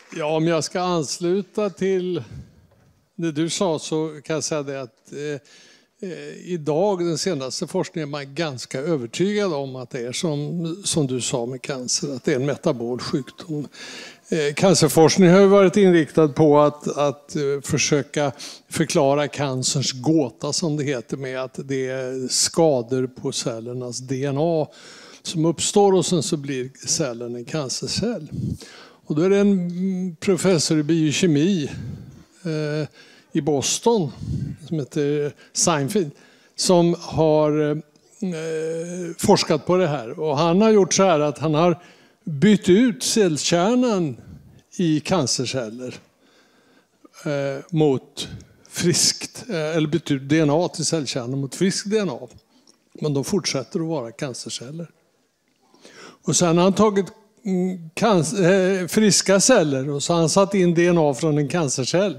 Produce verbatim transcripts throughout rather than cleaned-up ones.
Ja, om jag ska ansluta till det du sa så kan jag säga det att eh, idag, den senaste forskningen, är man ganska övertygad om att det är som, som du sa med cancer, att det är en metabol sjukdom. Eh, cancerforskning har ju varit inriktad på att, att eh, försöka förklara cancerns gåta, som det heter, med att det är skador på cellernas D N A som uppstår och sen så blir cellen en cancercell. Och då är det en professor i biokemi eh, i Boston som heter Seinfeld som har eh, forskat på det här. Och han har gjort så här att han har bytt ut cellkärnan i cancerceller eh, mot friskt, eh, eller bytt ut D N A till cellkärnan mot friskt D N A. Men de fortsätter att vara cancerceller. Och sen har han tagit cancer, friska celler och så har han satt in D N A från en cancercell.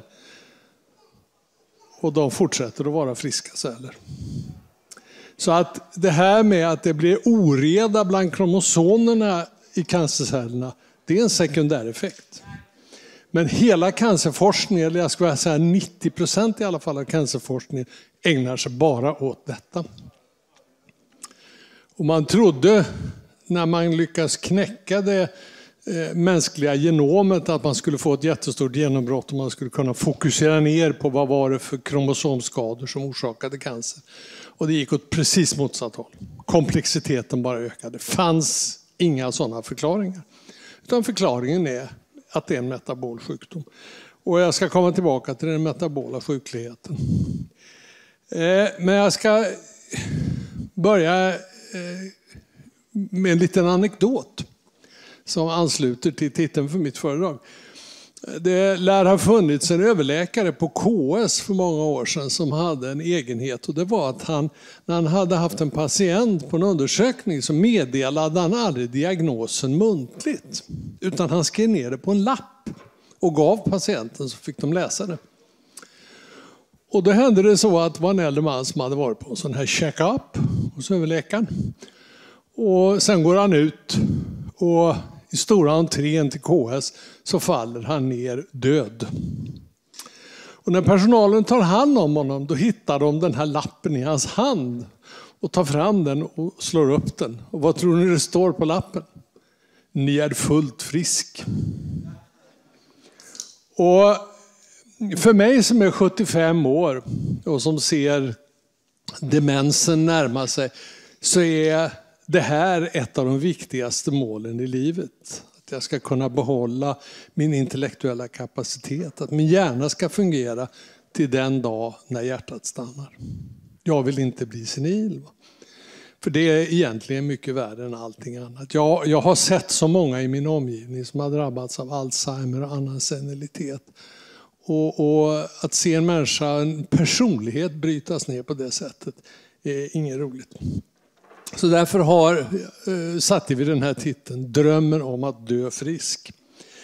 Och de fortsätter att vara friska celler. Så att det här med att det blir oreda bland kromosomerna i cancercellerna, det är en sekundär effekt. Men hela cancerforskningen, eller jag skulle säga nittio procent i alla fall av cancerforskningen, ägnar sig bara åt detta. Och man trodde, när man lyckas knäcka det eh, mänskliga genomet, att man skulle få ett jättestort genombrott och man skulle kunna fokusera ner på vad var det för kromosomskador som orsakade cancer. Och det gick åt precis motsatt håll. Komplexiteten bara ökade. Det fanns inga sådana förklaringar. Utan förklaringen är att det är en metabol sjukdom. Och jag ska komma tillbaka till den metabola sjukligheten. Eh, men jag ska börja eh, med en liten anekdot som ansluter till titeln för mitt föredrag. Det lär ha funnits en överläkare på K S för många år sedan som hade en egenhet, och det var att han, när han hade haft en patient på en undersökning, så meddelade han aldrig diagnosen muntligt, utan han skrev ner det på en lapp och gav patienten, så fick de läsa det. Och då hände det så att det var en äldre man som hade varit på en sån här check-up hos överläkaren. Och sen går han ut och i stora entrén till K S så faller han ner död. Och när personalen tar hand om honom, då hittar de den här lappen i hans hand och tar fram den och slår upp den. Och vad tror ni det står på lappen? Ni är fullt frisk. Och för mig som är sjuttiofem år och som ser demensen närma sig, så är det här ett av de viktigaste målen i livet. Att jag ska kunna behålla min intellektuella kapacitet. Att min hjärna ska fungera till den dag när hjärtat stannar. Jag vill inte bli senil. För det är egentligen mycket värre än allting annat. Jag, jag har sett så många i min omgivning som har drabbats av Alzheimer och annan senilitet. Och, och att se en människa, en personlighet brytas ner på det sättet är inget roligt. Så därför har, eh, satte vi den här titeln, drömmen om att dö frisk.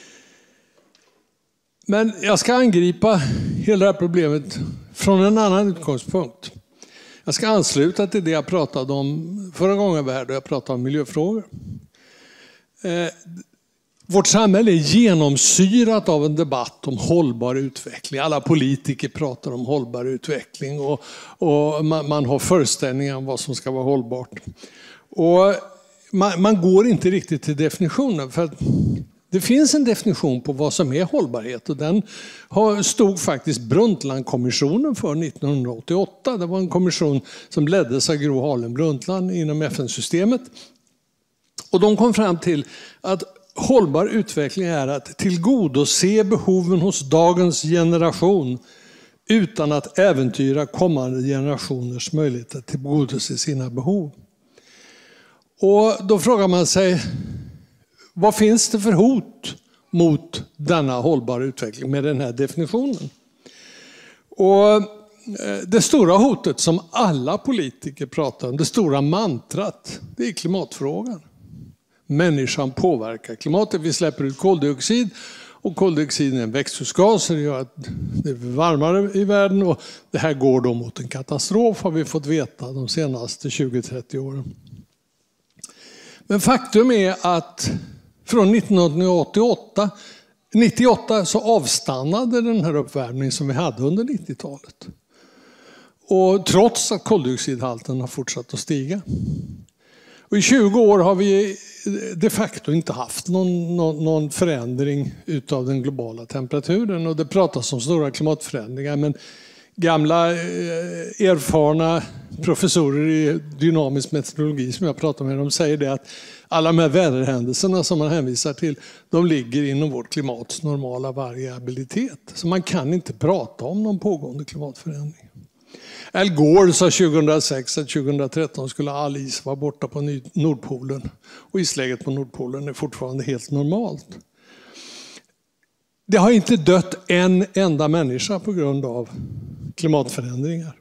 Men jag ska angripa hela det här problemet från en annan utgångspunkt. Jag ska ansluta till det jag pratade om förra gången vi var här, då jag pratade om miljöfrågor. Eh, vårt samhälle är genomsyrat av en debatt om hållbar utveckling. Alla politiker pratar om hållbar utveckling och, och man, man har föreställningar om vad som ska vara hållbart. Och man, man går inte riktigt till definitionen, för att det finns en definition på vad som är hållbarhet, och den har, stod faktiskt Brundtlandkommissionen för nittonhundraåttioåtta. Det var en kommission som leddes av Gro Harlem Brundtland inom F N-systemet. Och de kom fram till att hållbar utveckling är att tillgodose behoven hos dagens generation utan att äventyra kommande generationers möjlighet att tillgodose sina behov. Och då frågar man sig, vad finns det för hot mot denna hållbara utveckling med den här definitionen? Och det stora hotet som alla politiker pratar om, det stora mantrat, det är klimatfrågan. Människan påverkar klimatet. Vi släpper ut koldioxid, och koldioxid är en växthusgas. Det gör att det blir varmare i världen, och det här går då mot en katastrof, har vi fått veta de senaste tjugo till trettio åren. Men faktum är att från nittonhundraåttioåtta nittioåtta så avstannade den här uppvärmningen som vi hade under nittiotalet. Och trots att koldioxidhalten har fortsatt att stiga. Och i tjugo år har vi de facto inte haft någon, någon, någon förändring utav den globala temperaturen. Och det pratas om stora klimatförändringar, men gamla erfarna professorer i dynamisk meteorologi som jag pratar med, de säger det att alla de här väderhändelserna som man hänvisar till, de ligger inom vårt klimats normala variabilitet. Så man kan inte prata om någon pågående klimatförändring. Al Gore sa tjugohundrasex att tjugohundratretton skulle all is vara borta på Nordpolen. Och isläget på Nordpolen är fortfarande helt normalt. Det har inte dött en enda människa på grund av klimatförändringar.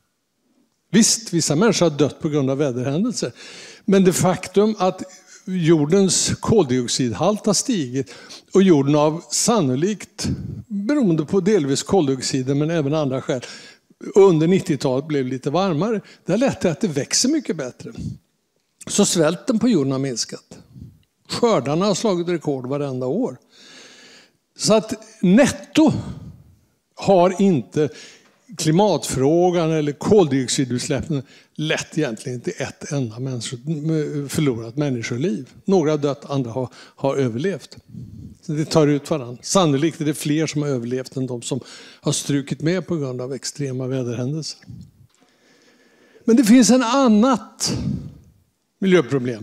Visst, vissa människor har dött på grund av väderhändelser. Men det faktum att jordens koldioxidhalt har stigit och jorden av sannolikt, beroende på delvis koldioxiden men även andra skäl, under nittiotalet blev lite varmare. Det har lett till att det växer mycket bättre. Så svälten på jorden har minskat. Skördarna har slagit rekord varenda år. Så att netto har inte klimatfrågan eller koldioxidutsläppen lett egentligen till ett enda människor, förlorat människoliv. Några har dött, andra har, har överlevt. Så det tar ut varandra. Sannolikt är det fler som har överlevt än de som har strukit med på grund av extrema väderhändelser. Men det finns en annat miljöproblem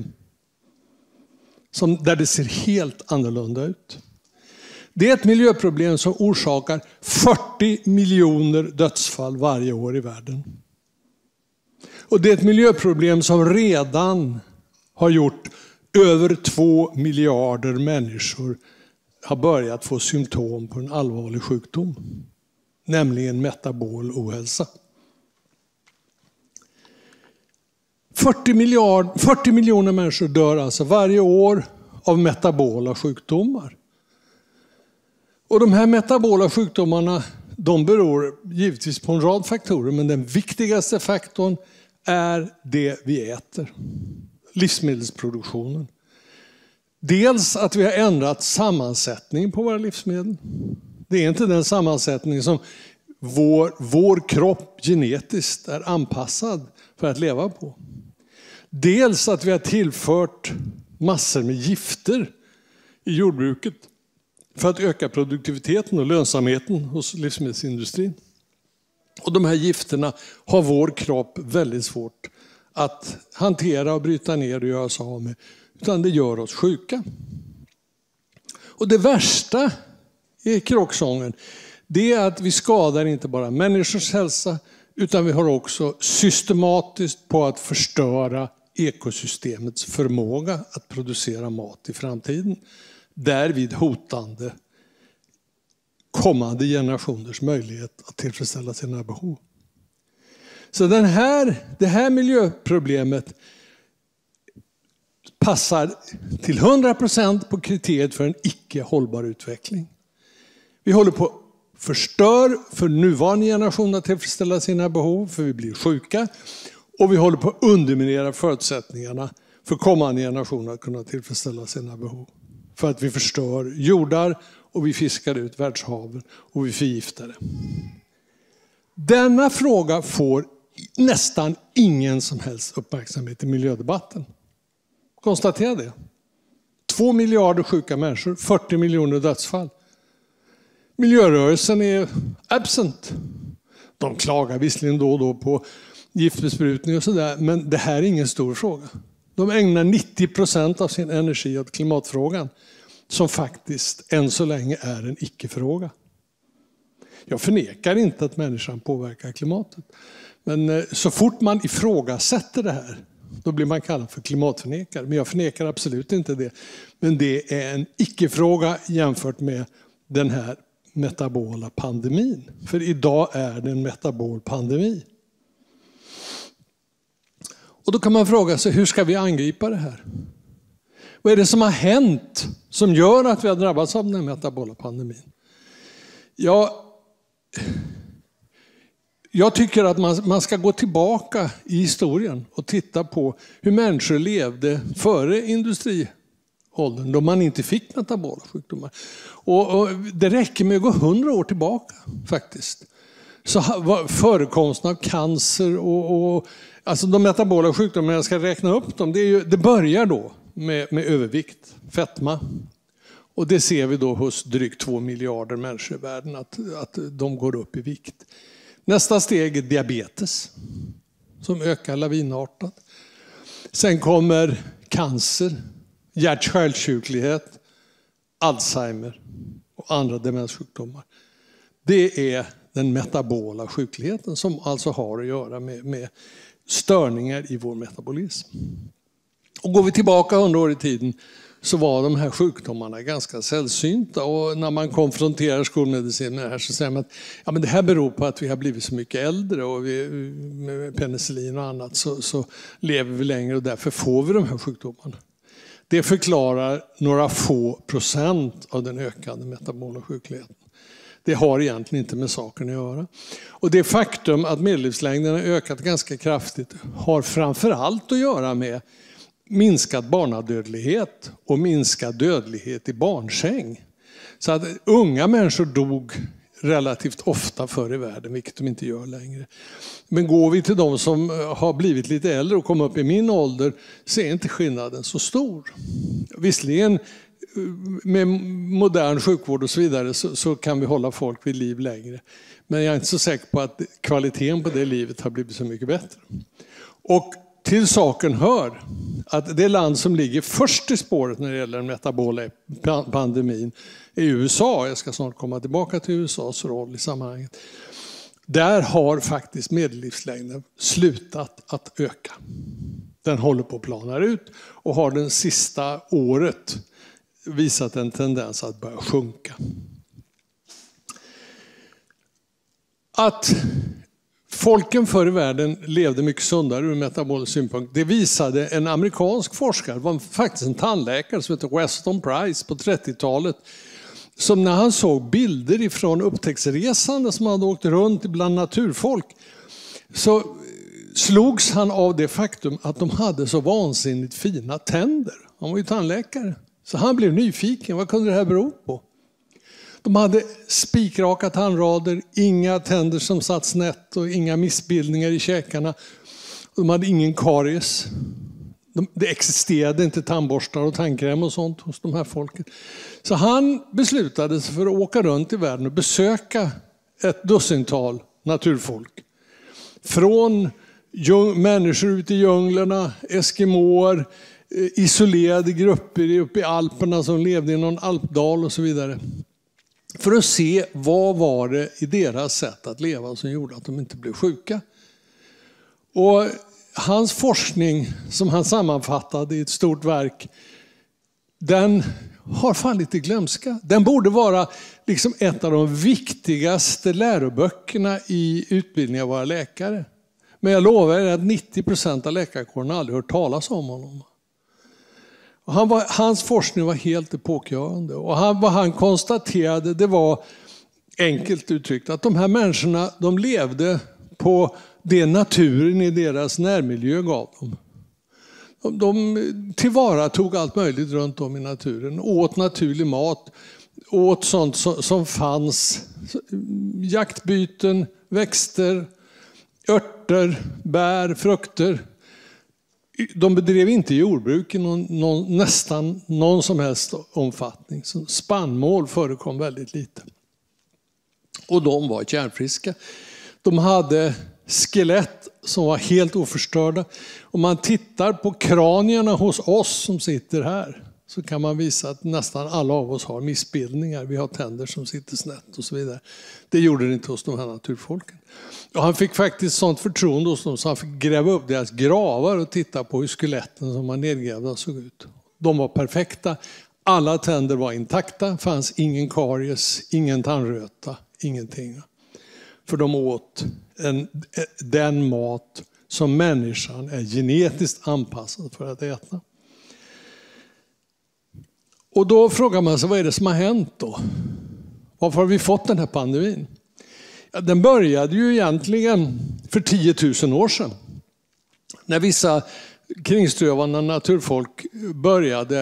som, där det ser helt annorlunda ut. Det är ett miljöproblem som orsakar fyrtio miljoner dödsfall varje år i världen. Och det är ett miljöproblem som redan har gjort över två miljarder människor har börjat få symptom på en allvarlig sjukdom. Nämligen metabol ohälsa. fyrtio, miljard, fyrtio miljoner människor dör alltså varje år av metabola sjukdomar. Och de här metabola sjukdomarna, de beror givetvis på en rad faktorer, men den viktigaste faktorn är det vi äter. Livsmedelsproduktionen. Dels att vi har ändrat sammansättning på våra livsmedel. Det är inte den sammansättning som vår, vår kropp genetiskt är anpassad för att leva på. Dels att vi har tillfört massor med gifter i jordbruket för att öka produktiviteten och lönsamheten hos livsmedelsindustrin. Och de här gifterna har vår kropp väldigt svårt att hantera och bryta ner och göra sig av med. Utan det gör oss sjuka. Och det värsta i kråksången, det är att vi skadar inte bara människors hälsa, utan vi har också systematiskt på att förstöra ekosystemets förmåga att producera mat i framtiden. Därvid hotande kommande generationers möjlighet att tillfredsställa sina behov. Så den här, det här miljöproblemet passar till hundra procent på kriteriet för en icke hållbar utveckling. Vi håller på att förstör för nuvarande generation att tillfredsställa sina behov, för vi blir sjuka. Och vi håller på att underminera förutsättningarna för kommande generationer att kunna tillfredsställa sina behov. För att vi förstör jordar och vi fiskar ut världshaven och vi förgiftar det. Denna fråga får nästan ingen som helst uppmärksamhet i miljödebatten. Konstatera det. Två miljarder sjuka människor, fyrtio miljoner dödsfall. Miljörörelsen är absent. De klagar visserligen då och då på giftbesprutning och sådär, men det här är ingen stor fråga. De ägnar nittio procent av sin energi åt klimatfrågan, som faktiskt än så länge är en icke-fråga. Jag förnekar inte att människan påverkar klimatet. Men så fort man ifrågasätter det här, då blir man kallad för klimatförnekare. Men jag förnekar absolut inte det. Men det är en icke-fråga jämfört med den här metabola pandemin. För idag är det en metabol pandemi. Och då kan man fråga sig, hur ska vi angripa det här? Vad är det som har hänt som gör att vi har drabbats av den här metabola pandemin? Ja, jag tycker att man, man ska gå tillbaka i historien och titta på hur människor levde före industri åldern då man inte fick metabola sjukdomar. Och, och det räcker med att gå hundra år tillbaka faktiskt. Så förekomsten av cancer och, och alltså de metabola sjukdomarna, jag ska räkna upp dem, det, är ju, det börjar då med, med övervikt, fetma. Och det ser vi då hos drygt två miljarder människor i världen att, att de går upp i vikt. Nästa steg är diabetes som ökar lavinartat. Sen kommer cancer, hjärt-kärlsjuklighet, Alzheimer och andra demenssjukdomar. Det är den metabola sjukligheten som alltså har att göra med, med störningar i vår metabolism. Och går vi tillbaka hundra år i tiden så var de här sjukdomarna ganska sällsynta. Och när man konfronterar skolmedicin med det här så säger man att ja, men det här beror på att vi har blivit så mycket äldre och vi, med penicillin och annat så, så lever vi längre och därför får vi de här sjukdomarna. Det förklarar några få procent av den ökande metabola sjukligheten. Det har egentligen inte med saken att göra. Och det faktum att medellivslängden har ökat ganska kraftigt har framförallt att göra med minskad barnadödlighet och minskad dödlighet i barnsäng. Så att unga människor dog relativt ofta förr i världen, vilket de inte gör längre. Men går vi till de som har blivit lite äldre och kom upp i min ålder så är inte skillnaden så stor. Visserligen med modern sjukvård och så vidare så, så kan vi hålla folk vid liv längre. Men jag är inte så säker på att kvaliteten på det livet har blivit så mycket bättre. Och till saken hör att det land som ligger först i spåret när det gäller den metabola pandemin är U S A. Jag ska snart komma tillbaka till U S A:s roll i sammanhanget. Där har faktiskt medellivslängden slutat att öka. Den håller på att plana ut och har den sista året visat en tendens att börja sjunka. Att folken förr i världen levde mycket sundare ur metabolisk synpunkt. Det visade en amerikansk forskare, det var faktiskt en tandläkare som heter Weston Price på trettiotalet. Som när han såg bilder ifrån upptäcktsresande som hade åkt runt bland naturfolk så slogs han av det faktum att de hade så vansinnigt fina tänder. Han var ju tandläkare. Så han blev nyfiken, vad kunde det här bero på? De hade spikraka tandrader, inga tänder som satt snett och inga missbildningar i käkarna. De hade ingen karies. De, det existerade inte tandborstar och tandkräm och sånt hos de här folken. Så han beslutade sig för att åka runt i världen och besöka ett dussintal naturfolk. Från djung, människor ute i djunglerna, eskimoer, isolerade grupper uppe i Alperna som levde i någon alpdal och så vidare. För att se vad var det i deras sätt att leva som gjorde att de inte blev sjuka. Och hans forskning som han sammanfattade i ett stort verk, den har fan lite glömska. Den borde vara liksom ett av de viktigaste läroböckerna i utbildningen av våra läkare. Men jag lovar er att nittio procent av läkarkåren aldrig hört talas om honom. Och han var, hans forskning var helt epokgörande. Och han, vad han konstaterade, det var enkelt uttryckt att de här människorna, de levde på det naturen i deras närmiljö gav dem. De, de tillvaratog allt möjligt runt om i naturen. Åt naturlig mat, åt sånt som, som fanns. Jaktbyten, växter, örter, bär, frukter. De bedrev inte jordbruk i någon, någon, nästan någon som helst omfattning. Så spannmål förekom väldigt lite. Och de var kärnfriska. De hade skelett som var helt oförstörda. Om man tittar på kranierna hos oss som sitter här så kan man visa att nästan alla av oss har missbildningar. Vi har tänder som sitter snett och så vidare. Det gjorde det inte hos de här naturfolken. Och han fick faktiskt sånt förtroende hos dem så han fick gräva upp deras gravar och titta på hur skeletten som var nedgrävda såg ut. De var perfekta. Alla tänder var intakta. Fanns ingen karies, ingen tandröta, ingenting. För de åt en, den mat som människan är genetiskt anpassad för att äta. Och då frågar man sig, vad är det som har hänt då? Varför har vi fått den här pandemin? Ja, den började ju egentligen för tio tusen år sedan. När vissa kringströvande naturfolk började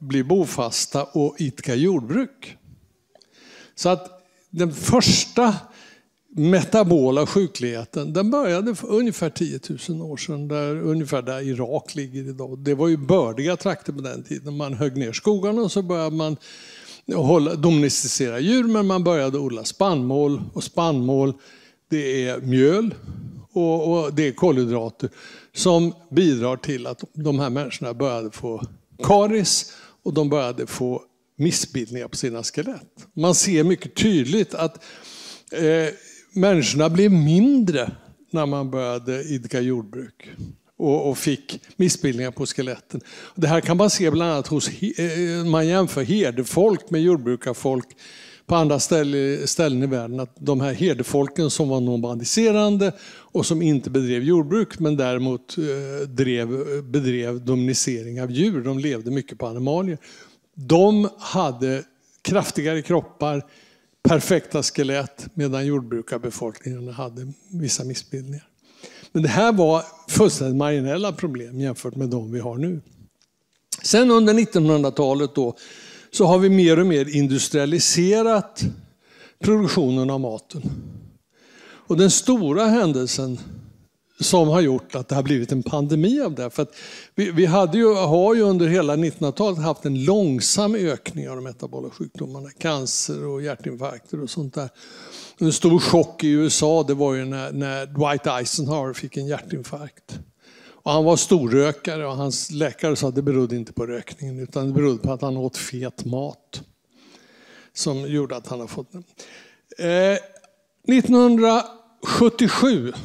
bli bofasta och idka jordbruk. Så att den första metabola sjukligheten, den började för ungefär tio tusen år sedan, där, ungefär där Irak ligger idag. Det var ju bördiga trakter på den tiden. Man högg ner skogarna och så började man hålla, domesticera djur, men man började odla spannmål. Och spannmål, det är mjöl och, och det är kolhydrater som bidrar till att de här människorna började få karies och de började få missbildningar på sina skelett. Man ser mycket tydligt att eh, människorna blev mindre när man började idka jordbruk och, och fick missbildningar på skeletten. Det här kan man se bland annat hos, eh, man jämför herdefolk med jordbrukarfolk på andra ställen, ställen i världen. Att de här herdefolken som var nomadiserande och som inte bedrev jordbruk men däremot eh, drev, bedrev dominisering av djur, de levde mycket på animalier. De hade kraftigare kroppar, perfekta skelett, medan jordbrukarbefolkningen hade vissa missbildningar. Men det här var fullständigt marginella problem jämfört med de vi har nu. Sen under nittonhundratalet då, så har vi mer och mer industrialiserat produktionen av maten. Och den stora händelsen som har gjort att det har blivit en pandemi av det. För att vi, vi hade ju, har ju under hela nittonhundratalet haft en långsam ökning av de metabola sjukdomarna. Cancer och hjärtinfarkter och sånt där. En stor chock i U S A, det var ju när, när Dwight Eisenhower fick en hjärtinfarkt. Och han var storrökare och hans läkare sa att det berodde inte på rökningen utan det berodde på att han åt fet mat. Som gjorde att han har fått den. Eh, nittonhundrasjuttiosju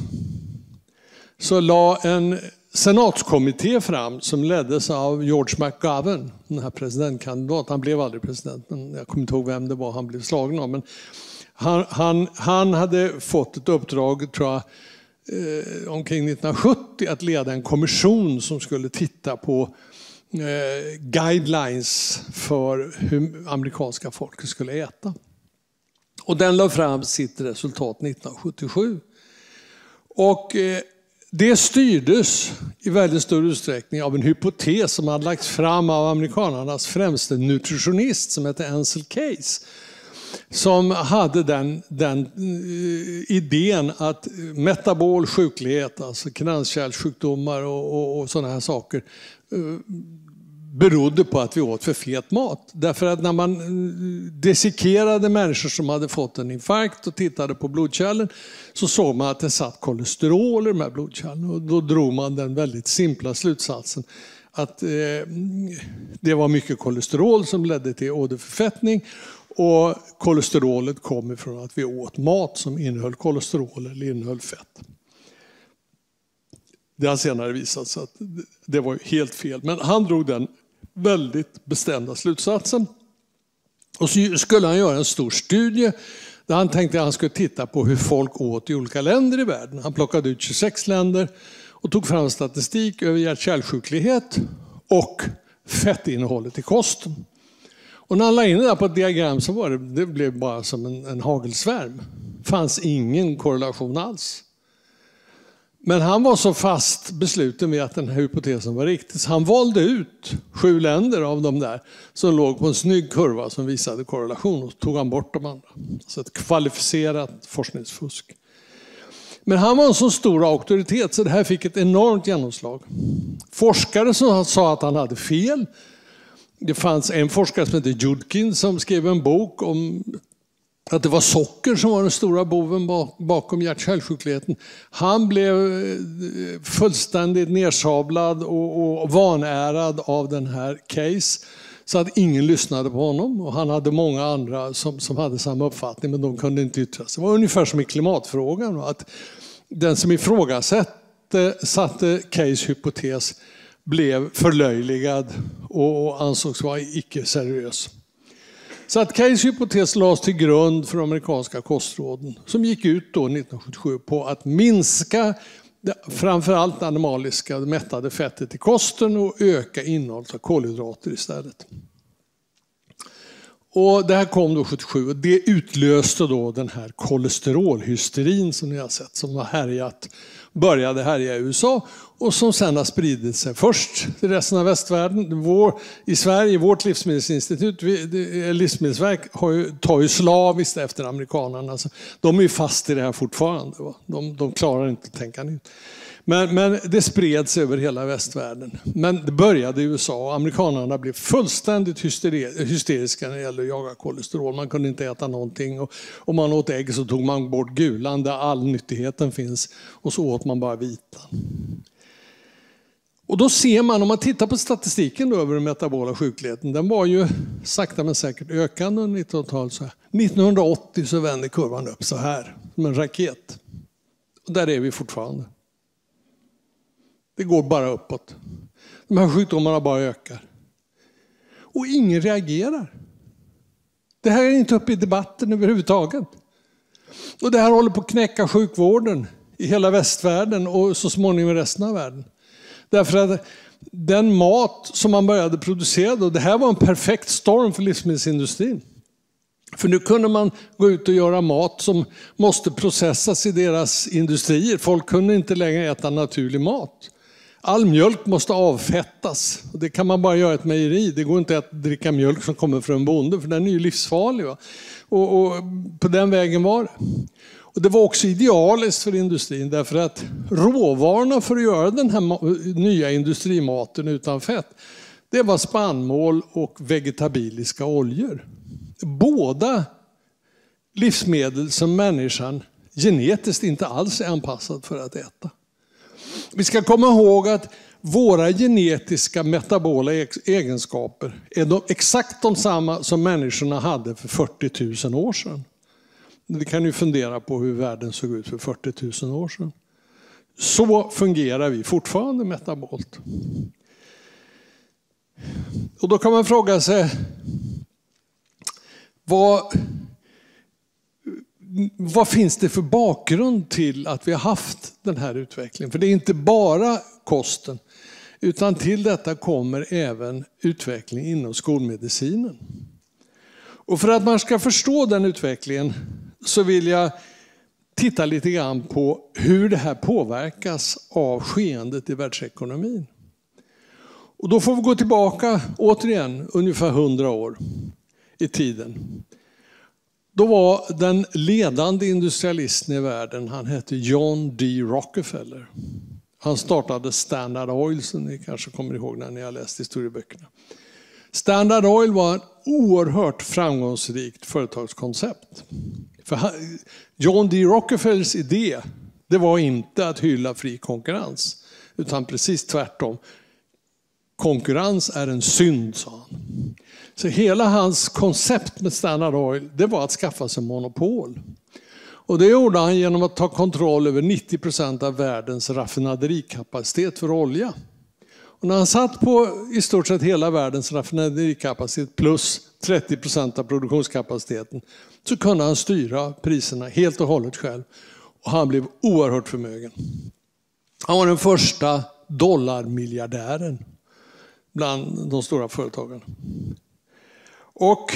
så la en senatskommitté fram som leddes av George McGovern, den här presidentkandidaten. Han blev aldrig president, men jag kommer inte ihåg vem det var han blev slagen av. Men han, han, han hade fått ett uppdrag, tror jag, eh, omkring nittonhundrasjuttio att leda en kommission som skulle titta på eh, guidelines för hur amerikanska folket skulle äta. Och den la fram sitt resultat nittonhundrasjuttiosju. Och eh, det styrdes i väldigt stor utsträckning av en hypotes som hade lagts fram av amerikanernas främste nutritionist som heter Ansel Keys. Som hade den, den uh, idén att metabol sjuklighet, alltså kranskärlssjukdomar och, och, och sådana här saker, uh, berodde på att vi åt för fet mat. Därför att när man dissekerade människor som hade fått en infarkt och tittade på blodkärlen så såg man att det satt kolesterol i de här blodkärlen. Och då drog man den väldigt simpla slutsatsen att eh, det var mycket kolesterol som ledde till åderförfettning. Och kolesterolet kom ifrån att vi åt mat som innehöll kolesterol eller innehöll fett. Det har senare visat sig att det var helt fel. Men han drog den väldigt bestämda slutsatsen. Och så skulle han göra en stor studie där han tänkte att han skulle titta på hur folk åt i olika länder i världen. Han plockade ut tjugosex länder och tog fram statistik över hjärt-kärlsjuklighet och fettinnehållet i kosten. Och när han la in det där på ett diagram så var det, det blev bara som en, en hagelsvärm. Det fanns ingen korrelation alls. Men han var så fast besluten vid att den här hypotesen var riktig. Så han valde ut sju länder av de där som låg på en snygg kurva som visade korrelation och tog han bort de andra. Så ett kvalificerat forskningsfusk. Men han var en så stor auktoritet så det här fick ett enormt genomslag. Forskare som sa att han hade fel. Det fanns en forskare som heter Judkin som skrev en bok om att det var socker som var den stora boven bakom hjärt-kärlsjukligheten. Han blev fullständigt nersablad och, och vanärad av den här case. Så att ingen lyssnade på honom. Och han hade många andra som, som hade samma uppfattning men de kunde inte yttra sig. Det var ungefär som i klimatfrågan. Att den som ifrågasatte satte case hypotes blev förlöjligad och ansågs vara icke seriös. Så att Keys hypotes lades till grund för de amerikanska kostråden som gick ut då nittonhundrasjuttiosju på att minska framförallt animaliska mättade fettet i kosten och öka innehållet av kolhydrater istället. Och det här kom då sjuttiosju och det utlöste då den här kolesterolhysterin som ni har sett som har härjat började här i U S A och som sedan har spridit sig först till resten av västvärlden. Vår, i Sverige, vårt livsmedelsinstitut, vi, det, Livsmedelsverk har ju, tar ju slaviskt efter amerikanerna. Alltså, de är ju fast i det här fortfarande. Va? De, de klarar inte att tänka nytt. Men, men det spreds över hela västvärlden. Men det började i U S A och amerikanerna blev fullständigt hysteri- hysteriska när det gäller att jaga kolesterol. Man kunde inte äta någonting. Och om man åt ägg så tog man bort gulan där all nyttigheten finns. Och så åt man bara vita. Och då ser man, om man tittar på statistiken då över den metabola sjukligheten, den var ju sakta men säkert ökande under nittonhundratalet. Så här. nittonhundraåttio så vände kurvan upp så här, som en raket. Och där är vi fortfarande. Det går bara uppåt. De här sjukdomarna bara ökar. Och ingen reagerar. Det här är inte uppe i debatten överhuvudtaget. Och det här håller på att knäcka sjukvården i hela västvärlden och så småningom i resten av världen. Därför att den mat som man började producera då, det här var en perfekt storm för livsmedelsindustrin. För nu kunde man gå ut och göra mat som måste processas i deras industrier. Folk kunde inte längre äta naturlig mat. All mjölk måste avfettas. Och det kan man bara göra i ett mejeri. Det går inte att dricka mjölk som kommer från en bonde, för den är ju livsfarlig. Va? Och, och på den vägen var det. Och det var också idealiskt för industrin, därför att råvarorna för att göra den här nya industrimaten utan fett, det var spannmål och vegetabiliska oljor. Båda livsmedel som människan genetiskt inte alls är anpassad för att äta. Vi ska komma ihåg att våra genetiska metabola egenskaper är de, exakt de samma som människorna hade för fyrtio tusen år sedan. Vi kan ju fundera på hur världen såg ut för fyrtio tusen år sedan. Så fungerar vi fortfarande metabolt. Och då kan man fråga sig, vad, vad finns det för bakgrund till att vi har haft den här utvecklingen? För det är inte bara kosten, utan till detta kommer även utveckling inom skolmedicinen. Och för att man ska förstå den utvecklingen så vill jag titta lite grann på hur det här påverkas av skeendet i världsekonomin. Och då får vi gå tillbaka återigen ungefär hundra år i tiden. Då var den ledande industrialisten i världen, han hette John D. Rockefeller. Han startade Standard Oil, som ni kanske kommer ihåg när ni har läst historieböckerna. Standard Oil var ett oerhört framgångsrikt företagskoncept. För John D. Rockefellers idé, det var inte att hylla fri konkurrens, utan precis tvärtom. Konkurrens är en synd, sa han. Så hela hans koncept med Standard Oil, det var att skaffa sig monopol. Och det gjorde han genom att ta kontroll över nittio procent av världens raffinaderikapacitet för olja. Och när han satt på i stort sett hela världens raffinaderikapacitet plus trettio procent av produktionskapaciteten, så kunde han styra priserna helt och hållet själv. Och han blev oerhört förmögen. Han var den första dollarmiljardären bland de stora företagen. Och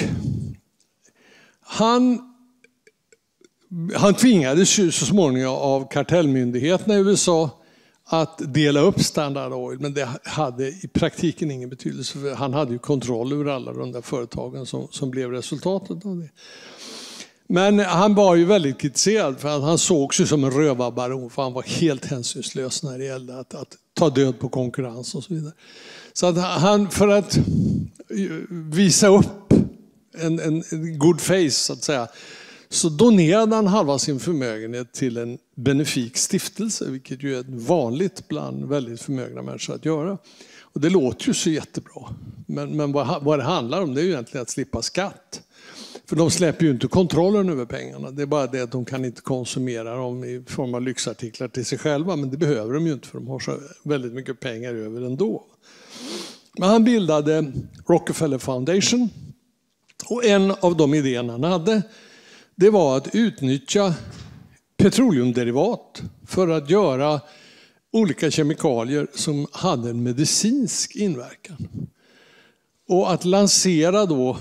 han, han tvingades ju så småningom av kartellmyndigheterna i U S A att dela upp Standard Oil, men det hade i praktiken ingen betydelse, för han hade ju kontroll över alla de där företagen som, som blev resultatet av det. Men han var ju väldigt kritiserad, för att han sågs ju som en rövarbaron, för han var helt hänsynslös när det gällde att, att ta död på konkurrens och så vidare. Så att han, för att visa upp en, en, en good face så att säga, så donerade han halva sin förmögenhet till en benefik stiftelse, vilket ju är vanligt bland väldigt förmögna människor att göra. Och det låter ju så jättebra. Men, men vad, vad det handlar om, det är ju egentligen att slippa skatt. För de släpper ju inte kontrollen över pengarna. Det är bara det att de kan inte konsumera dem i form av lyxartiklar till sig själva. Men det behöver de ju inte, för de har så väldigt mycket pengar över ändå. Men han bildade Rockefeller Foundation. Och en av de idéerna han hade, det var att utnyttja petroleumderivat för att göra olika kemikalier som hade en medicinsk inverkan. Och att lansera då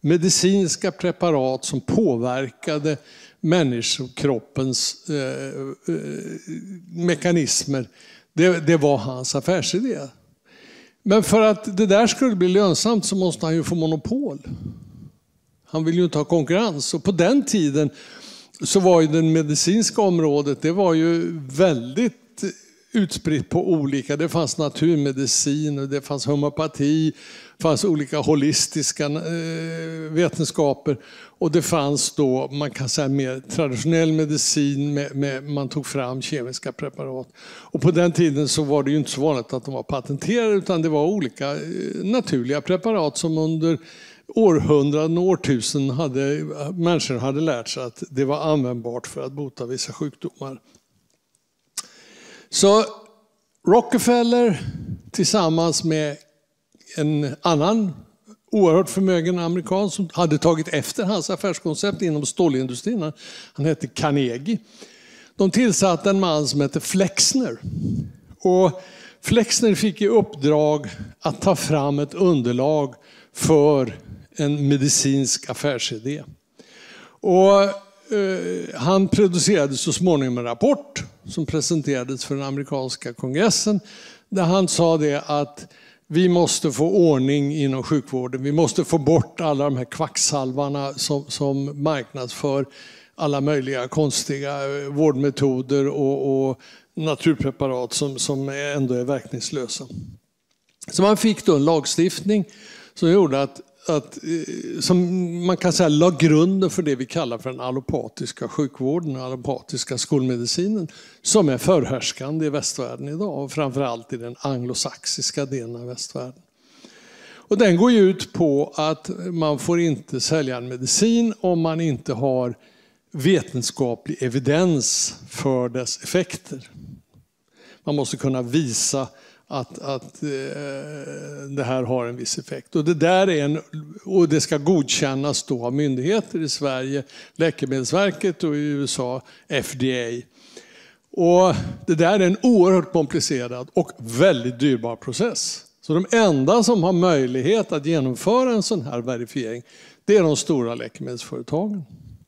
medicinska preparat som påverkade människokroppens eh, eh, mekanismer. Det, det var hans affärsidé. Men för att det där skulle bli lönsamt så måste han ju få monopol. Han vill ju inte ha konkurrens. Och på den tiden så var ju det medicinska området, det var ju väldigt utspritt på olika. Det fanns naturmedicin, och det fanns homeopati, det fanns olika holistiska vetenskaper. Och det fanns då, man kan säga, mer traditionell medicin, med, med, man tog fram kemiska preparat. Och på den tiden så var det ju inte så vanligt att de var patenterade, utan det var olika naturliga preparat som under århundraden och årtusen hade, människor hade lärt sig att det var användbart för att bota vissa sjukdomar. Så Rockefeller tillsammans med en annan oerhört förmögen amerikan som hade tagit efter hans affärskoncept inom stålindustrin, han hette Carnegie. De tillsatte en man som hette Flexner. Och Flexner fick i uppdrag att ta fram ett underlag för en medicinsk affärsidé. Och eh, han producerade så småningom en rapport som presenterades för den amerikanska kongressen, där han sa det att vi måste få ordning inom sjukvården. Vi måste få bort alla de här kvacksalvarna som, som marknadsför alla möjliga konstiga vårdmetoder och, och naturpreparat som, som ändå är verkningslösa. Så man fick då en lagstiftning som gjorde att, att som man kan säga la grunden för det vi kallar för den allopatiska sjukvården, den allopatiska skolmedicinen, som är förhärskande i västvärlden idag, och framförallt i den anglosaxiska delen av västvärlden. Och den går ju ut på att man får inte sälja en medicin om man inte har vetenskaplig evidens för dess effekter. Man måste kunna visa att, att eh, det här har en viss effekt. Och det, där är en, och det ska godkännas då av myndigheter i Sverige, Läkemedelsverket, och i U S A F D A. Och det där är en oerhört komplicerad och väldigt dyrbar process. Så de enda som har möjlighet att genomföra en sån här verifiering, det är de stora läkemedelsföretagen.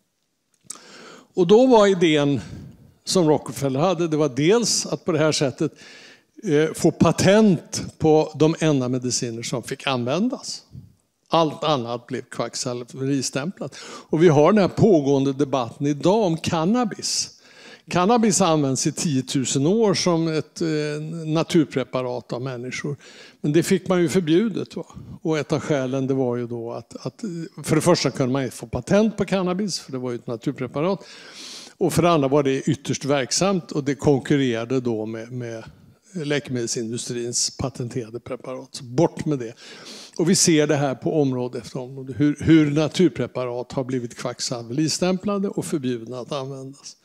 Och då var idén som Rockefeller hade, det var dels att på det här sättet eh, få patent på de enda mediciner som fick användas. Allt annat blev kvacksalveristämplat. Och vi har den här pågående debatten idag om cannabis. Cannabis används i tio tusen år som ett eh, naturpreparat av människor. Men det fick man ju förbjudet. Va? Och ett av skälen det var ju då att, att för det första kunde man inte få patent på cannabis, för det var ju ett naturpreparat. Och för det andra var det ytterst verksamt, och det konkurrerade då med, med läkemedelsindustrins patenterade preparat. Så bort med det. Och vi ser det här på område efter område, hur, hur naturpreparat har blivit kvacksalveristämplade och förbjudna att användas.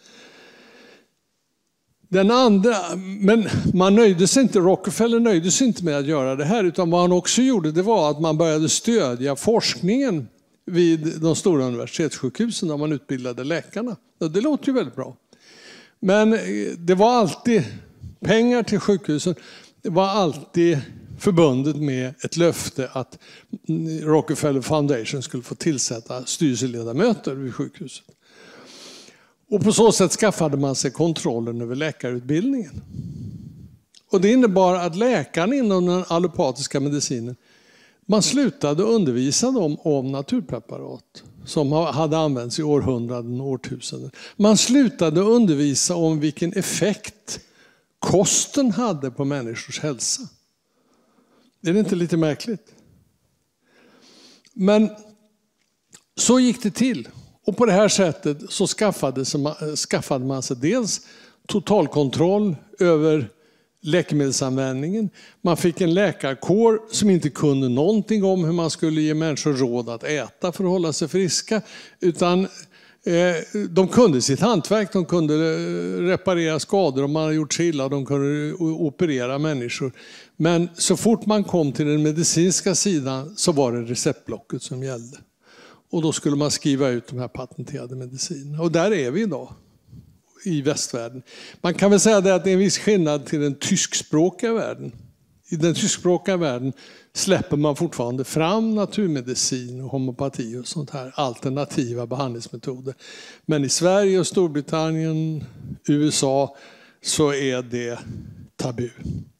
Den andra, men man nöjde sig inte, Rockefeller nöjde sig inte med att göra det här, utan vad han också gjorde, det var att man började stödja forskningen vid de stora universitetssjukhusen där man utbildade läkarna. Det låter ju väldigt bra. Men det var alltid pengar till sjukhusen, det var alltid förbundet med ett löfte att Rockefeller Foundation skulle få tillsätta styrelseledamöter vid sjukhuset. Och på så sätt skaffade man sig kontrollen över läkarutbildningen. Och det innebar att läkarna inom den allopatiska medicinen, man slutade undervisa dem om naturpreparat som hade använts i århundraden och årtusenden. Man slutade undervisa om vilken effekt kosten hade på människors hälsa. Är det inte lite märkligt? Men så gick det till. Och på det här sättet så skaffade, skaffade man sig dels totalkontroll över läkemedelsanvändningen. Man fick en läkarkår som inte kunde någonting om hur man skulle ge människor råd att äta för att hålla sig friska. Utan eh, de kunde sitt hantverk, de kunde reparera skador om man hade gjort sig illa, de kunde operera människor. Men så fort man kom till den medicinska sidan så var det receptblocket som gällde. Och då skulle man skriva ut de här patenterade medicinerna. Och där är vi idag i västvärlden. Man kan väl säga det att det är en viss skillnad till den tyskspråkiga världen. I den tyskspråkiga världen släpper man fortfarande fram naturmedicin och homopati och sånt här, alternativa behandlingsmetoder. Men i Sverige och Storbritannien, U S A, så är det tabu.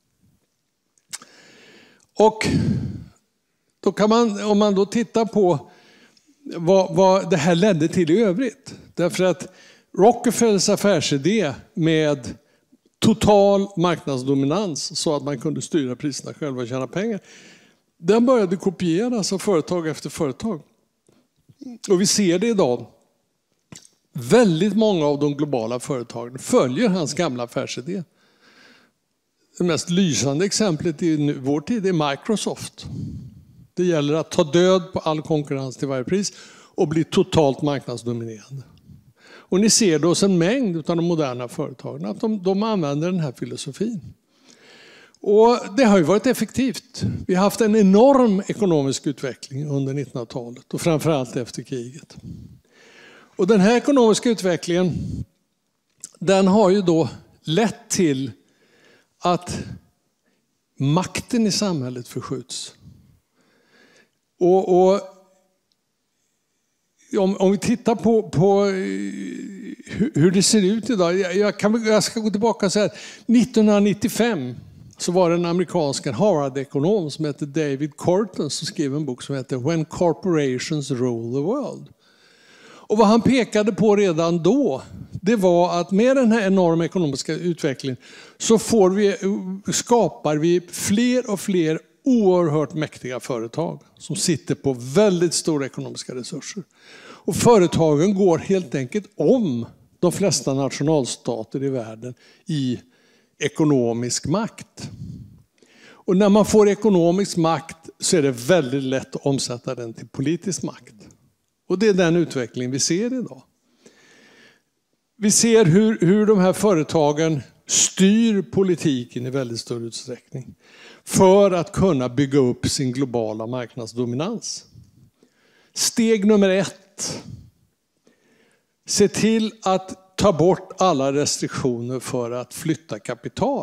Och då kan man, om man då tittar på vad, vad det här ledde till i övrigt. Därför att Rockefellers affärsidé med total marknadsdominans så att man kunde styra priserna själva och tjäna pengar, den började kopieras av företag efter företag. Och vi ser det idag. Väldigt många av de globala företagen följer hans gamla affärsidé. Det mest lysande exemplet i vår tid är Microsoft. Det gäller att ta död på all konkurrens till varje pris och bli totalt marknadsdominerande. Och ni ser då hos en mängd av de moderna företagen att de, de använder den här filosofin. Och det har ju varit effektivt. Vi har haft en enorm ekonomisk utveckling under nittonhundratalet och framförallt efter kriget. Och den här ekonomiska utvecklingen, den har ju då lett till att makten i samhället förskjuts. Och, och om, om vi tittar på, på hur, hur det ser ut idag. Jag, jag, kan, jag ska gå tillbaka och säga att nittonhundranittiofem så var det en amerikansk Harvard-ekonom som heter David Corton som skrev en bok som heter When Corporations Rule the World. Och vad han pekade på redan då, det var att med den här enorma ekonomiska utvecklingen så får vi, skapar vi fler och fler oerhört mäktiga företag som sitter på väldigt stora ekonomiska resurser. Och företagen går helt enkelt om de flesta nationalstater i världen i ekonomisk makt. Och när man får ekonomisk makt så är det väldigt lätt att omsätta den till politisk makt. Och det är den utveckling vi ser idag. Vi ser hur, hur de här företagen styr politiken i väldigt stor utsträckning för att kunna bygga upp sin globala marknadsdominans. Steg nummer ett. Se till att ta bort alla restriktioner för att flytta kapital.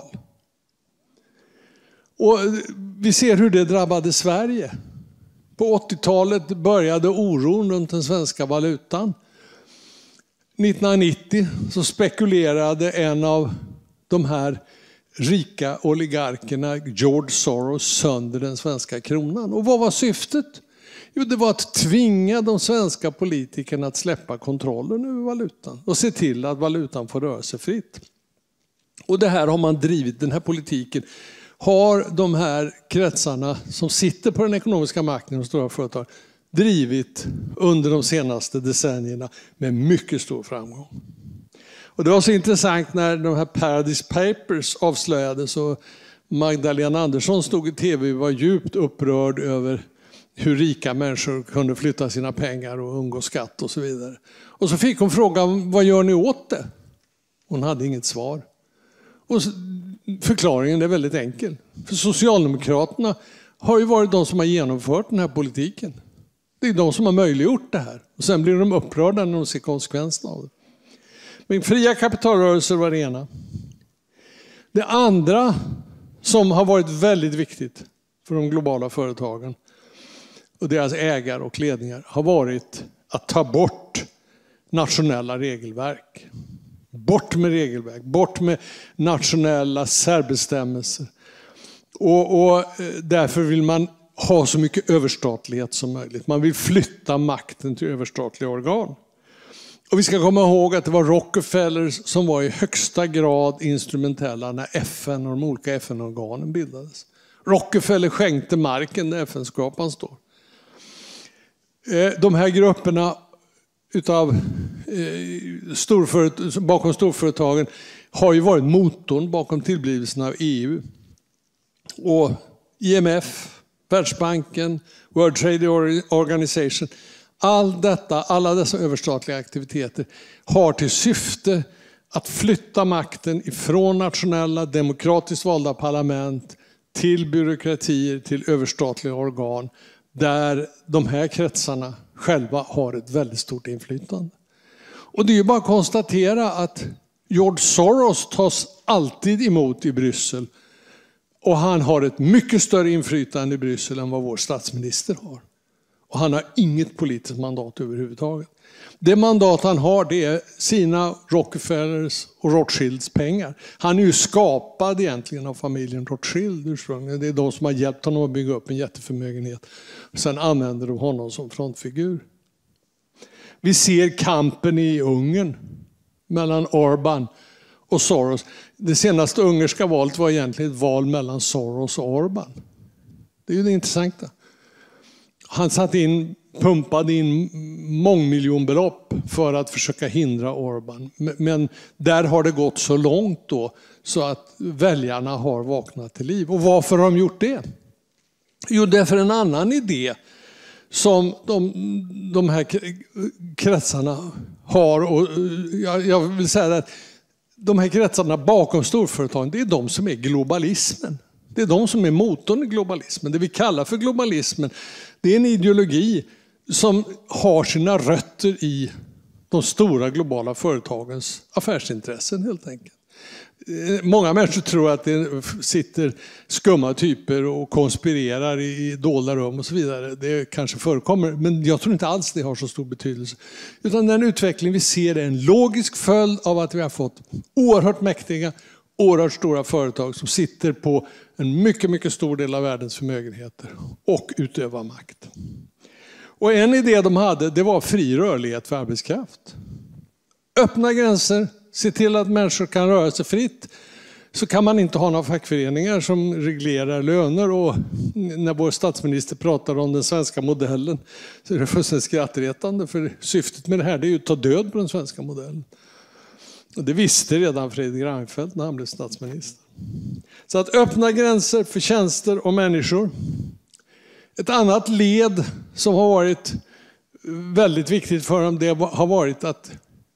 Och vi ser hur det drabbade Sverige. På åttiotalet började oron runt den svenska valutan. nittonhundranittio så spekulerade en av de här rika oligarkerna, George Soros, sönder den svenska kronan. Och vad var syftet? Jo, det var att tvinga de svenska politikerna att släppa kontrollen över valutan och se till att valutan får röra sig fritt. Och det här har man drivit, den här politiken har de här kretsarna som sitter på den ekonomiska makten och stora företag drivit under de senaste decennierna med mycket stor framgång. Och det var så intressant när de här Paradise Papers avslöjades och Magdalena Andersson stod i tv och var djupt upprörd över hur rika människor kunde flytta sina pengar och undgå skatt och så vidare. Och så fick hon frågan, vad gör ni åt det? Hon hade inget svar. Och förklaringen är väldigt enkel. För Socialdemokraterna har ju varit de som har genomfört den här politiken. Det är de som har möjliggjort det här. Och sen blir de upprörda när de ser konsekvenserna av det. Men fria kapitalrörelser var det ena. Det andra som har varit väldigt viktigt för de globala företagen och deras ägare och ledningar har varit att ta bort nationella regelverk. Bort med regelverk, bort med nationella särbestämmelser. Och, och därför vill man ha så mycket överstatlighet som möjligt. Man vill flytta makten till överstatliga organ. Och vi ska komma ihåg att det var Rockefeller som var i högsta grad instrumentella när F N och de olika F N-organen bildades. Rockefeller skänkte marken där F N-skrapan står. De här grupperna utav storföretag, bakom storföretagen har ju varit motorn bakom tillblivelsen av E U. Och I M F, Världsbanken, World Trade Organization, all detta, alla dessa överstatliga aktiviteter har till syfte att flytta makten ifrån nationella demokratiskt valda parlament till byråkratier, till överstatliga organ där de här kretsarna själva har ett väldigt stort inflytande. Och det är ju bara att konstatera att George Soros tas alltid emot i Bryssel Och han har ett mycket större inflytande i Bryssel än vad vår statsminister har. Och han har inget politiskt mandat överhuvudtaget. Det mandat han har, det är sina Rockefellers och Rothschilds pengar. Han är ju skapad egentligen av familjen Rothschild ursprungligen. Det är de som har hjälpt honom att bygga upp en jätteförmögenhet. Sen använder de honom som frontfigur. Vi ser kampen i Ungern mellan Orbán och Soros. Det senaste ungerska valet var egentligen ett val mellan Soros och Orbán. Det är ju det intressanta. Han satt in, pumpade in mångmiljonbelopp för att försöka hindra Orbán. Men där har det gått så långt då så att väljarna har vaknat till liv. Och varför har de gjort det? Jo, därför en annan idé som de, de här kretsarna har. Och jag, jag vill säga att de här kretsarna bakom storföretagen, det är de som är globalismen. Det är de som är motorn i globalismen. Det vi kallar för globalismen, det är en ideologi som har sina rötter i de stora globala företagens affärsintressen helt enkelt. Många människor tror att det sitter skumma typer och konspirerar i dolda rum och så vidare. Det kanske förekommer, men jag tror inte alls det har så stor betydelse. Utan den utveckling vi ser är en logisk följd av att vi har fått oerhört mäktiga, oerhört stora företag som sitter på en mycket, mycket stor del av världens förmögenheter och utövar makt. Och en idé de hade, det var fri rörlighet för arbetskraft. Öppna gränser, se till att människor kan röra sig fritt. Så kan man inte ha några fackföreningar som reglerar löner. Och när vår statsminister pratar om den svenska modellen så är det fullständigt skrattretande. För syftet med det här det är ju att ta död på den svenska modellen. Och det visste redan Fredrik Reinfeldt när han blev statsminister. Så att öppna gränser för tjänster och människor. Ett annat led som har varit väldigt viktigt för dem det har varit att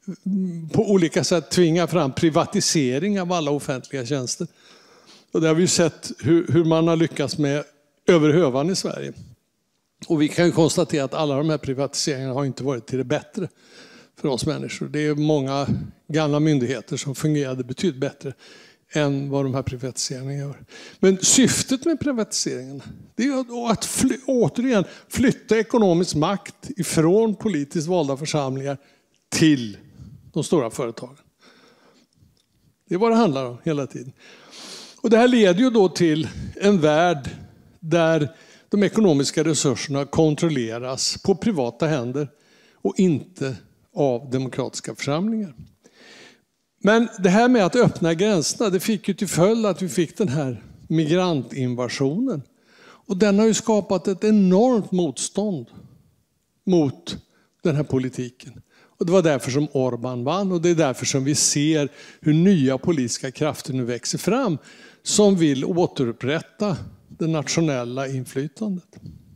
på olika sätt tvinga fram privatisering av alla offentliga tjänster. Och det har vi sett hur, hur man har lyckats med över hövan i Sverige. Och vi kan ju konstatera att alla de här privatiseringarna har inte varit till det bättre för oss människor. Det är många gamla myndigheter som fungerade betydligt bättre än vad de här privatiseringarna gör. Men syftet med privatiseringen det är att fly, återigen flytta ekonomisk makt ifrån politiskt valda församlingar till de stora företagen. Det är vad det handlar om hela tiden. Och det här leder ju då till en värld där de ekonomiska resurserna kontrolleras på privata händer och inte av demokratiska församlingar. Men det här med att öppna gränserna, det fick ju till följd att vi fick den här migrantinvasionen. Och den har ju skapat ett enormt motstånd mot den här politiken. Och det var därför som Orbán vann och det är därför som vi ser hur nya politiska krafter nu växer fram som vill återupprätta det nationella inflytandet.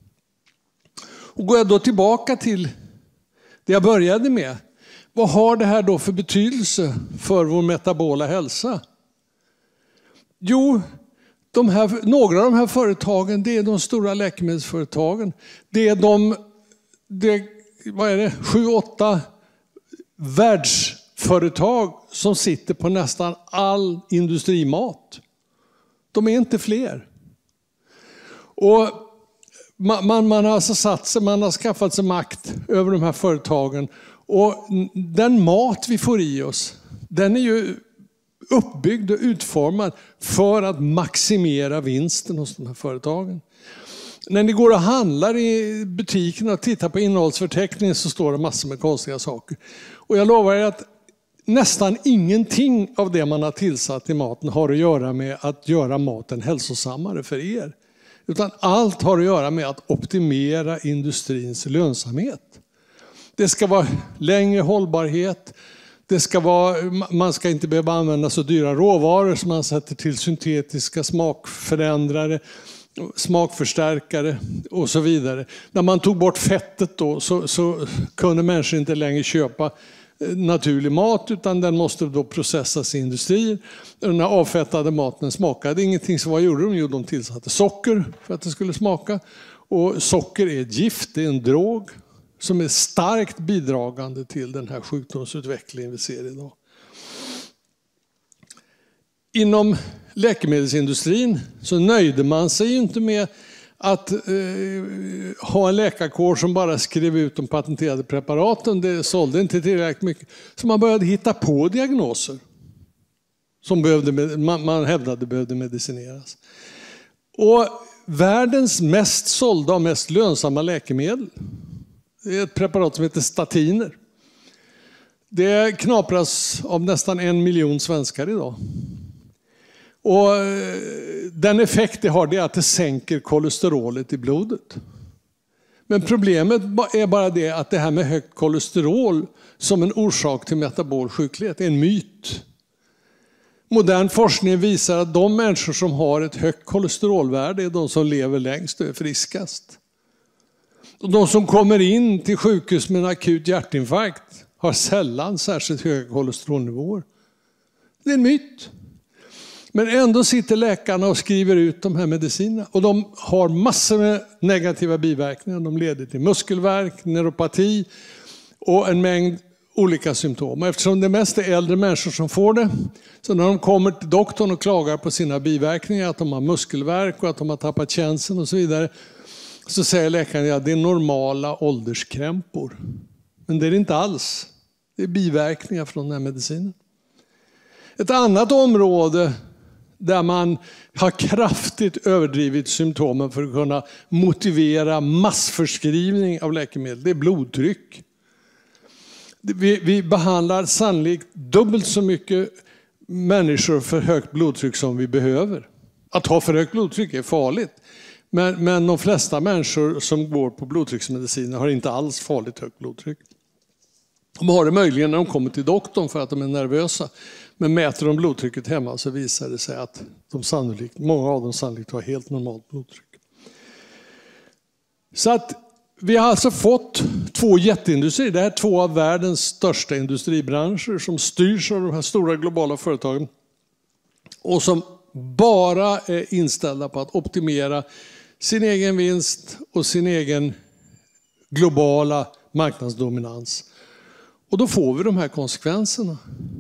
Och går jag då tillbaka till det jag började med. Vad har det här då för betydelse för vår metabola hälsa? Jo, de här, några av de här företagen det är de stora läkemedelsföretagen. Det är de, det, vad är det, sju, åtta världsföretag som sitter på nästan all industrimat. De är inte fler. Och man, man, man har alltså satt sig, man har skaffat sig makt över de här företagen. Och den mat vi får i oss, den är ju uppbyggd och utformad för att maximera vinsten hos de här företagen. När ni går och handlar i butiken och tittar på innehållsförteckningen så står det massor med konstiga saker. Och jag lovar er att nästan ingenting av det man har tillsatt i maten har att göra med att göra maten hälsosammare för er. Utan allt har att göra med att optimera industrins lönsamhet. Det ska vara längre hållbarhet. Det ska vara, man ska inte behöva använda så dyra råvaror som man sätter till syntetiska smakförändrare, smakförstärkare och så vidare. När man tog bort fettet då så, så kunde människor inte längre köpa naturlig mat utan den måste då processas i industrin. Den här avfettade maten smakade ingenting, så vad gjorde de? Jo, de tillsatte socker för att det skulle smaka. Och socker är ett gift, det är en drog som är starkt bidragande till den här sjukdomsutvecklingen vi ser idag. Inom läkemedelsindustrin så nöjde man sig ju inte med att eh, ha en läkarkår som bara skrev ut de patenterade preparaten. Det sålde inte tillräckligt mycket. Så man började hitta på diagnoser som behövde, man, man hävdade behövde medicineras. Och världens mest sålda och mest lönsamma läkemedel är ett preparat som heter statiner. Det knapras av nästan en miljon svenskar idag. Och den effekt det har det är att det sänker kolesterolet i blodet. Men problemet är bara det att det här med högt kolesterol som en orsak till metabol sjuklighet är en myt. Modern forskning visar att de människor som har ett högt kolesterolvärde är de som lever längst och är friskast. Och de som kommer in till sjukhus med en akut hjärtinfarkt har sällan särskilt höga kolesterolnivåer. Det är en myt. Men ändå sitter läkarna och skriver ut de här medicinerna. Och de har massor med negativa biverkningar. De leder till muskelvärk, neuropati och en mängd olika symptom. Och eftersom det mest är äldre människor som får det, så när de kommer till doktorn och klagar på sina biverkningar, att de har muskelvärk och att de har tappat känseln och så vidare, så säger läkaren att ja, det är normala ålderskrämpor. Men det är det inte alls. Det är biverkningar från den här medicinen. Ett annat område där man har kraftigt överdrivit symptomen för att kunna motivera massförskrivning av läkemedel, det är blodtryck. Vi, vi behandlar sannolikt dubbelt så mycket människor för högt blodtryck som vi behöver. Att ha för högt blodtryck är farligt. Men, men de flesta människor som går på blodtrycksmediciner har inte alls farligt högt blodtryck. De har det möjligen när de kommer till doktorn för att de är nervösa. Men mäter de blodtrycket hemma så visar det sig att de sannolikt, många av dem sannolikt har helt normalt blodtryck. Så att vi har alltså fått två jätteindustrier. Det här är två av världens största industribranscher som styrs av de här stora globala företagen. Och som bara är inställda på att optimera sin egen vinst och sin egen globala marknadsdominans. Och då får vi de här konsekvenserna.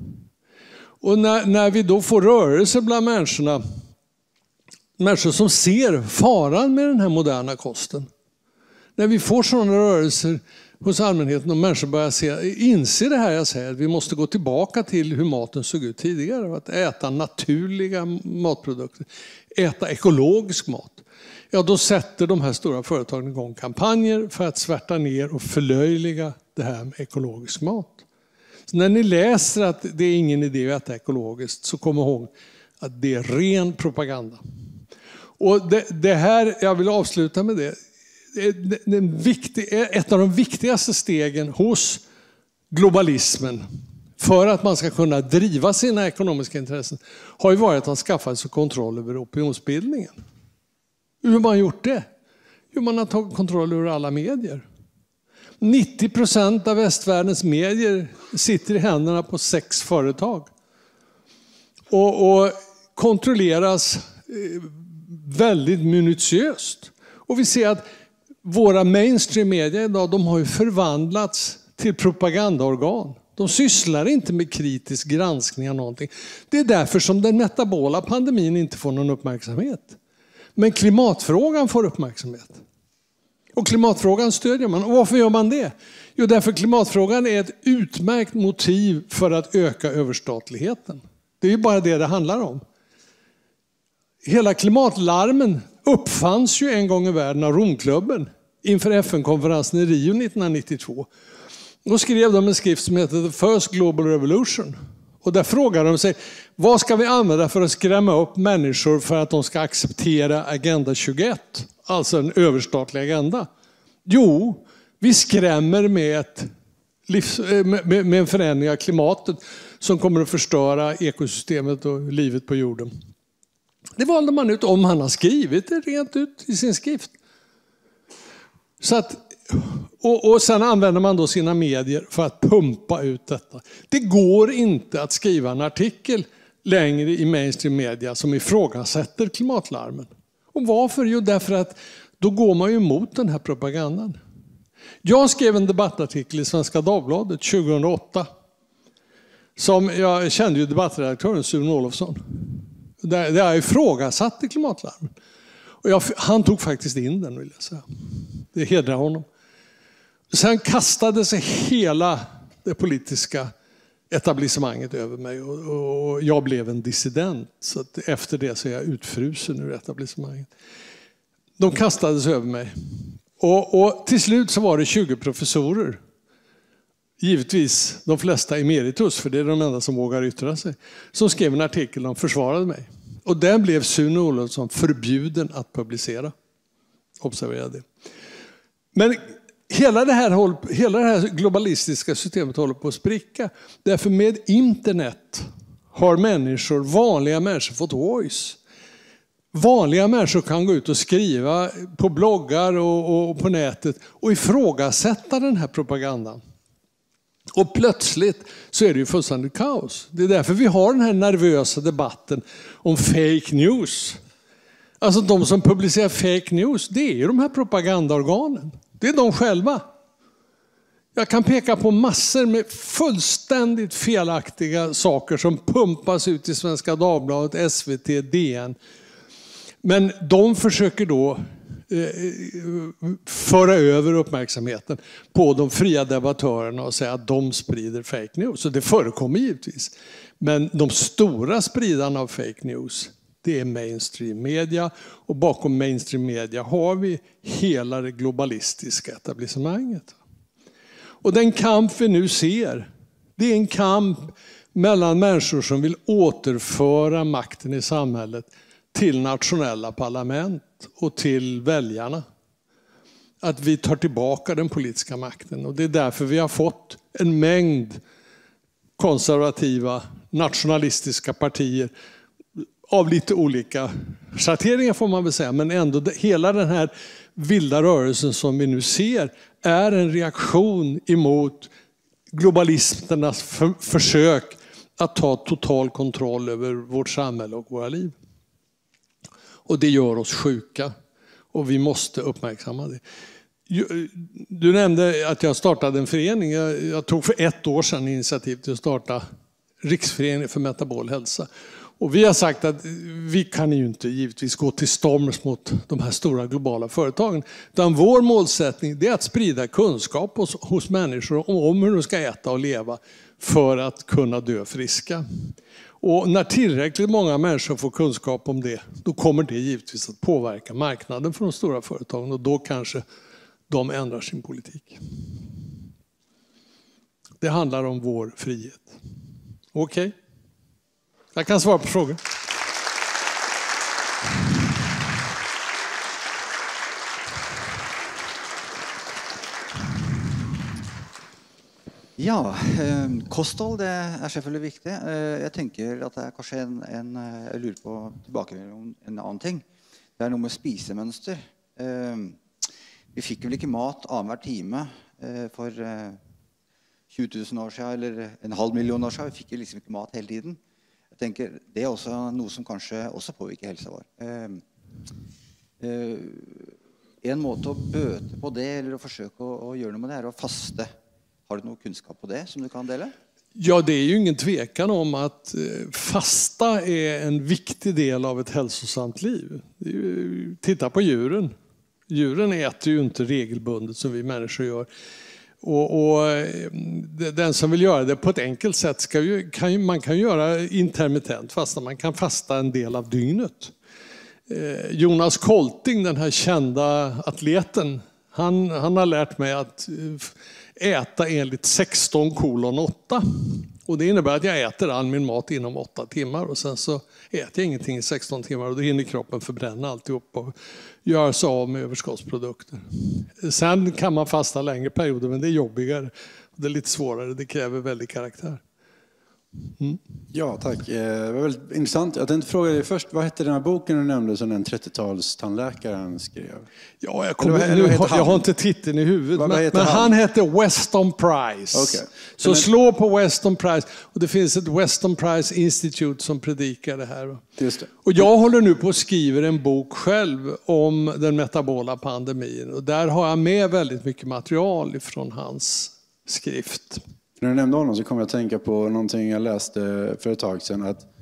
Och när, när vi då får rörelse bland människorna, människor som ser faran med den här moderna kosten. När vi får sådana rörelser hos allmänheten och människor börjar se, inse det här jag säger, att vi måste gå tillbaka till hur maten såg ut tidigare. Att äta naturliga matprodukter, äta ekologisk mat. Ja, då sätter de här stora företagen igång kampanjer för att svärta ner och förlöjliga det här med ekologisk mat. Så när ni läser att det är ingen idé att äta ekologiskt, så kom ihåg att det är ren propaganda. Och det, det här, jag vill avsluta med det. Den viktig, ett av de viktigaste stegen hos globalismen för att man ska kunna driva sina ekonomiska intressen har ju varit att skaffa sig kontroll över opinionsbildningen. Hur har man gjort det? Jo, man har tagit kontroll över alla medier. nittio procent av västvärldens medier sitter i händerna på sex företag. Och, och kontrolleras väldigt minutiöst. Och vi ser att våra mainstream media idag, de har ju förvandlats till propagandaorgan. De sysslar inte med kritisk granskning av någonting. Det är därför som den metabola pandemin inte får någon uppmärksamhet. Men klimatfrågan får uppmärksamhet. Och klimatfrågan stödjer man. Och varför gör man det? Jo, därför klimatfrågan är ett utmärkt motiv för att öka överstatligheten. Det är ju bara det det handlar om. Hela klimatlarmen uppfanns ju en gång i världen av Romklubben inför F N-konferensen i Rio nittonhundranittiotvå. Då skrev de en skrift som heter The First Global Revolution. Och där frågar de sig, vad ska vi använda för att skrämma upp människor för att de ska acceptera Agenda tjugoett? Alltså en överstatlig agenda. Jo, vi skrämmer med, ett livs, med, med en förändring av klimatet som kommer att förstöra ekosystemet och livet på jorden. Det valde man ut om han har skrivit det rent ut i sin skrift. Så att, och, och sen använder man då sina medier för att pumpa ut detta. Det går inte att skriva en artikel längre i mainstream media som ifrågasätter klimatlarmen. Och varför? Jo, därför att då går man ju emot den här propagandan. Jag skrev en debattartikel i Svenska Dagbladet tjugohundraåtta. Som jag kände ju debattredaktören Sune Olofsson. Där, där jag ifrågasatte klimatlarmen. Och jag, han tog faktiskt in den, vill jag säga. Det hedrar honom. Sen kastade sig hela det politiska etablissemanget över mig och, och jag blev en dissident. Så att efter det så är jag utfrusen ur etablissemanget. De kastade sig över mig. Och, och till slut så var det tjugo professorer. Givetvis de flesta emeritus, för det är de enda som vågar yttra sig. Som skrev en artikel och försvarade mig. Och den blev Sune Olofsson förbjuden att publicera. Observera det. Men hela det, här, hela det här globalistiska systemet håller på att spricka. Därför med internet har människor, vanliga människor fått voice. Vanliga människor kan gå ut och skriva på bloggar och, och på nätet och ifrågasätta den här propagandan. Och plötsligt så är det ju fullständigt kaos. Det är därför vi har den här nervösa debatten om fake news. Alltså de som publicerar fake news, det är ju de här propagandaorganen. Det är de själva. Jag kan peka på massor med fullständigt felaktiga saker som pumpas ut i Svenska Dagbladet, S V T, D N. Men de försöker då föra över uppmärksamheten på de fria debattörerna och säga att de sprider fake news. Så det förekommer givetvis. Men de stora spridarna av fake news, det är mainstream media. Och bakom mainstream media har vi hela det globalistiska etablissemanget. Och den kamp vi nu ser, det är en kamp mellan människor som vill återföra makten i samhället till nationella parlament och till väljarna. Att vi tar tillbaka den politiska makten. Och det är därför vi har fått en mängd konservativa, nationalistiska partier av lite olika schatteringar får man väl säga. Men ändå hela den här vilda rörelsen som vi nu ser är en reaktion emot globalisternas för- försök att ta total kontroll över vårt samhälle och våra liv. Och det gör oss sjuka. Och vi måste uppmärksamma det. Du nämnde att jag startade en förening. Jag, jag tog för ett år sedan initiativ till att starta Riksföreningen för metabol hälsa. Och vi har sagt att vi kan ju inte givetvis gå till storms mot de här stora globala företagen. Utan vår målsättning är att sprida kunskap hos, hos människor om, om hur de ska äta och leva för att kunna dö friska. Och när tillräckligt många människor får kunskap om det, då kommer det givetvis att påverka marknaden för de stora företagen. Och då kanske de ändrar sin politik. Det handlar om vår frihet. Okej? Okay. Jag kan svara på frågor. Ja, eh, kosthold det er selvfølgelig viktig. Eh, jeg tenker at det er kanskje en, en jeg lurer på tilbake om en annen ting. Det er noe med spisemønster. Eh, vi fikk vel ikke mat annenhver time eh, for eh, tjue tusen år siden, eller en halv million år siden. Vi fikk jo liksom ikke mat hele tiden. Jeg tenker, det er også noe som kanskje også påvirker helsa vår. Eh, eh, en måte å bøte på det, eller å forsøke å, å gjøre noe med det, er å faste. Har du någon kunskap på det som du kan dela? Ja, det är ju ingen tvekan om att fasta är en viktig del av ett hälsosamt liv. Titta på djuren. Djuren äter ju inte regelbundet som vi människor gör. Och, och den som vill göra det på ett enkelt sätt ska ju, kan ju, man kan göra intermittent fasta. Man kan fasta en del av dygnet. Eh, Jonas Kolting, den här kända atleten, han, han har lärt mig att äta enligt sexton kolon åtta. Och det innebär att jag äter all min mat inom åtta timmar. Och sen så äter jag ingenting i sexton timmar. Och då hinner kroppen förbränna alltihop och göra sig av med överskottsprodukter. Sen kan man fasta längre perioder, men det är jobbigare. Det är lite svårare, det kräver väldigt karaktär. Mm. Ja, tack. Det var väldigt intressant. Jag tänkte fråga dig först, vad hette den här boken du nämnde som den trettiotalstandläkaren skrev? Ja, jag, kommer, eller, nu, jag har inte titeln i huvudet, vad, men, men han? han hette Weston Price. Okay. Så men, slå på Weston Price. Och det finns ett Weston Price Institute som predikar det här. Just det. Och jag håller nu på att skriva en bok själv om den metabola pandemin. Och där har jag med väldigt mycket material från hans skrift. När du nämnde honom så kom jag att tänka på någonting jag läste för ett tag sedan. Att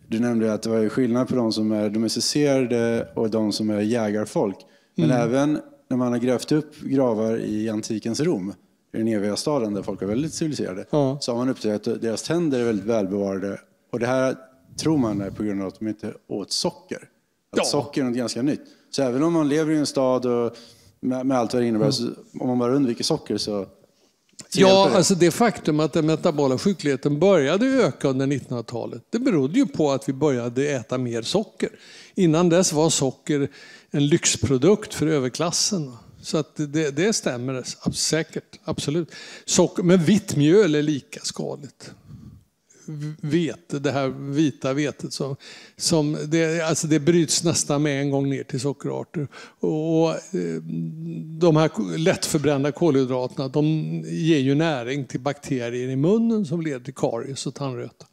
Du nämnde att det var skillnad på de som är domesticerade och de som är jägarfolk. Men mm. även när man har grävt upp gravar i antikens Rom, i den eviga staden där folk är väldigt civiliserade, ja. så har man upptäckt att deras tänder är väldigt välbevarade. Och det här tror man är på grund av att de inte åt socker. Att ja. socker är något ganska nytt. Så även om man lever i en stad och med, med allt vad det innebär, mm. så om man bara undviker socker så... Ja, det. alltså det faktum att den metabola sjukligheten började öka under nittonhundratalet, det berodde ju på att vi började äta mer socker. Innan dess var socker en lyxprodukt för överklassen. Så att det, det stämmer säkert, absolut. Socker, men vitt mjöl är lika skadligt. Vete, det här vita vetet som, som det, alltså det bryts nästan med en gång ner till sockerarter. Och de här lättförbrända kolhydraterna, de ger ju näring till bakterier i munnen som leder till karies och tandröta.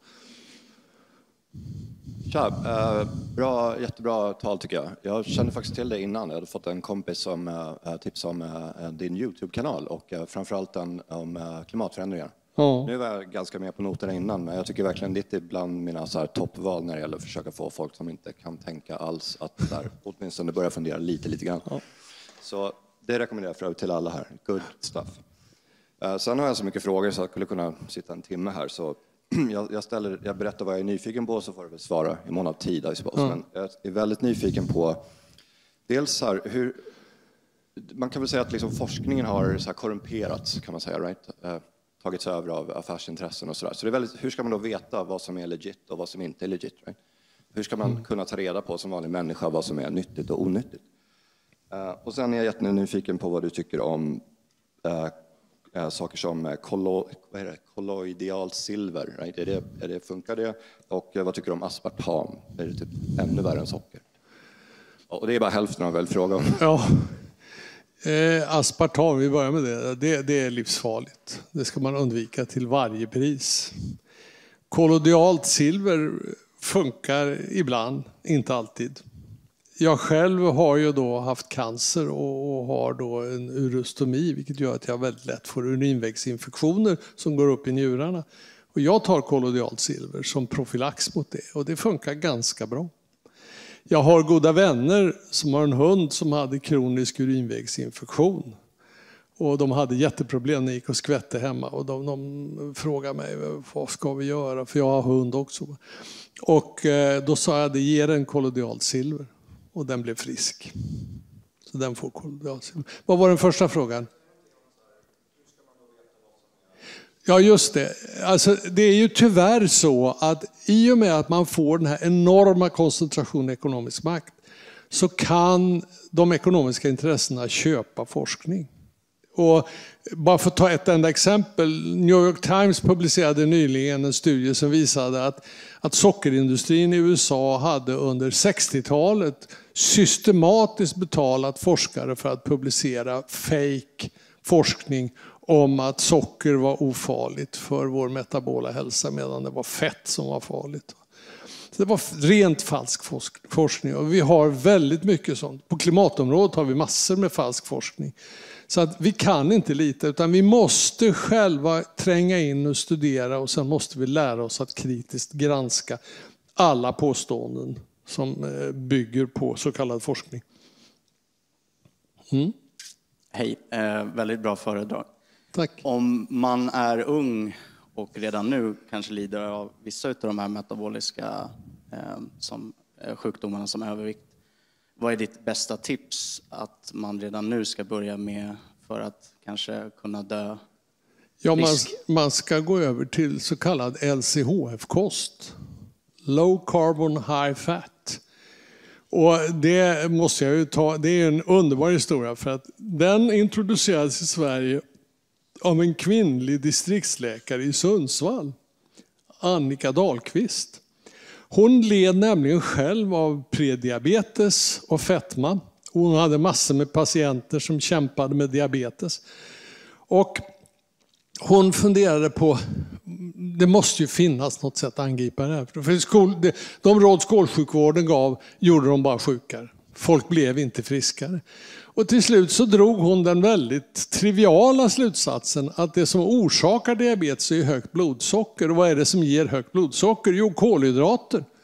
Tja, eh, bra, jättebra tal tycker jag. Jag kände faktiskt till det innan. Jag hade fått en kompis som eh, tipsade om eh, din YouTube-kanal och eh, framförallt den om eh, klimatförändringar. Ja. Nu var jag ganska med på noterna innan, men jag tycker verkligen ditt är bland mina så här, toppval när det gäller att försöka få folk som inte kan tänka alls att där, åtminstone börja fundera lite, lite grann. Ja. Så det rekommenderar jag för övrigt till alla här. Good stuff. Uh, sen har jag så mycket frågor så jag skulle kunna sitta en timme här. Så jag, jag, ställer, jag berättar vad jag är nyfiken på så får du väl svara i mån av tid. I suppose. Ja. Men jag är väldigt nyfiken på dels här, hur... Man kan väl säga att liksom forskningen har så här korrumperats, kan man säga, right? Uh, tagits över av affärsintressen och sådär. Så det är väldigt, hur ska man då veta vad som är legit och vad som inte är legit? Right? Hur ska man mm. kunna ta reda på som vanlig människa vad som är nyttigt och onyttigt? Uh, och sen är jag jättenyfiken på vad du tycker om uh, uh, saker som kollo, vad är det? kolloidalt silver. Right? Är det, är det, funkar det? Och uh, vad tycker du om aspartam? Är det typ ännu värre än socker? Och det är bara hälften av väl frågan. Ja. Eh, aspartam, vi börjar med det. det. Det är livsfarligt. Det ska man undvika till varje pris. Kollodialt silver funkar ibland, inte alltid. Jag själv har ju då haft cancer och har då en urostomi, vilket gör att jag väldigt lätt får urinvägsinfektioner som går upp i njurarna. Och jag tar kollodialt silver som profylax mot det och det funkar ganska bra. Jag har goda vänner som har en hund som hade kronisk urinvägsinfektion. Och de hade jätteproblem när de gick och skvätte hemma. Och de, de frågade mig, vad ska vi göra? För jag har hund också. Och då sa jag, det ger en kollodialt silver. Och den blev frisk. Så den får kollodialt silver. Vad var den första frågan? Ja, just det. Alltså, det är ju tyvärr så att i och med att man får den här enorma koncentrationen ekonomisk makt så kan de ekonomiska intressena köpa forskning. Och bara för att ta ett enda exempel. New York Times publicerade nyligen en studie som visade att, att sockerindustrin i U S A hade under sextiotalet systematiskt betalat forskare för att publicera fake forskning om att socker var ofarligt för vår metabola hälsa medan det var fett som var farligt. Så det var rent falsk forskning och vi har väldigt mycket sånt. På klimatområdet har vi massor med falsk forskning. Så att vi kan inte lita utan vi måste själva tränga in och studera och sen måste vi lära oss att kritiskt granska alla påståenden som bygger på så kallad forskning. Mm. Hej, eh, väldigt bra föredrag. Tack. Om man är ung och redan nu kanske lider av vissa av de här metaboliska eh, som, eh, sjukdomarna som övervikt. Vad är ditt bästa tips att man redan nu ska börja med för att kanske kunna dö? Ja, man, man ska gå över till så kallad L C H F-kost. Low carbon high fat. Och det måste jag ju ta, det är en underbar historia för att den introducerades i Sverige av en kvinnlig distriktsläkare i Sundsvall, Annika Dahlqvist. Hon led nämligen själv av prediabetes och fetma. Hon hade massor med patienter som kämpade med diabetes. Och hon funderade på, det måste ju finnas något sätt att angripa det här. För skol, de råd skolsjukvården gav gjorde de bara sjukare. Folk blev inte friskare. Och till slut så drog hon den väldigt triviala slutsatsen att det som orsakar diabetes är högt blodsocker. Och vad är det som ger högt blodsocker? Jo, kolhydrater.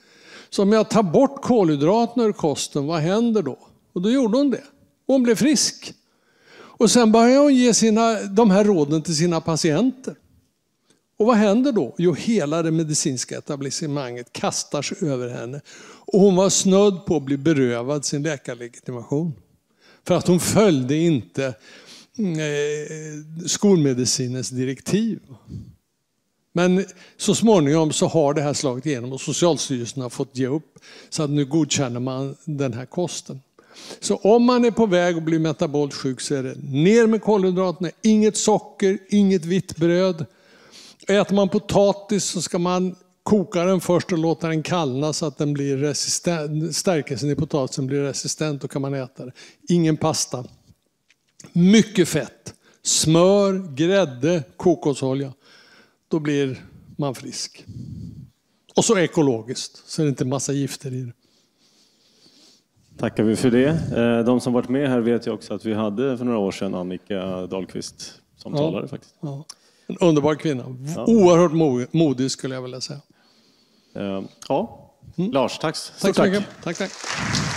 Så om jag tar bort kolhydraterna ur kosten, vad händer då? Och då gjorde hon det. Hon blev frisk. Och sen började hon ge sina, de här råden till sina patienter. Och vad händer då? Jo, hela det medicinska etablissemanget kastar sig över henne. Och hon var snödd på att bli berövad sin läkarlegitimation. För att hon följde inte eh, skolmedicinens direktiv. Men så småningom så har det här slagit igenom och Socialstyrelsen har fått ge upp. Så att nu godkänner man den här kosten. Så om man är på väg att bli metabolt sjuk så är det ner med kolhydraterna, inget socker, inget vitt bröd. Äter man potatis så ska man koka den först och låta den kallna så att den blir resistent. Stärkelsen i potatisen blir resistent, och kan man äta det. Ingen pasta. Mycket fett. Smör, grädde, kokosolja. Då blir man frisk. Och så ekologiskt, så är det inte massa gifter i det. Tackar vi för det. De som varit med här vet ju också att vi hade för några år sedan Annika Dahlqvist som ja. talare faktiskt. Ja. En underbar kvinna. Ja. Oerhört modig skulle jag vilja säga. Ja, mm. Lars, tack. Tack så mycket. Tack, tack.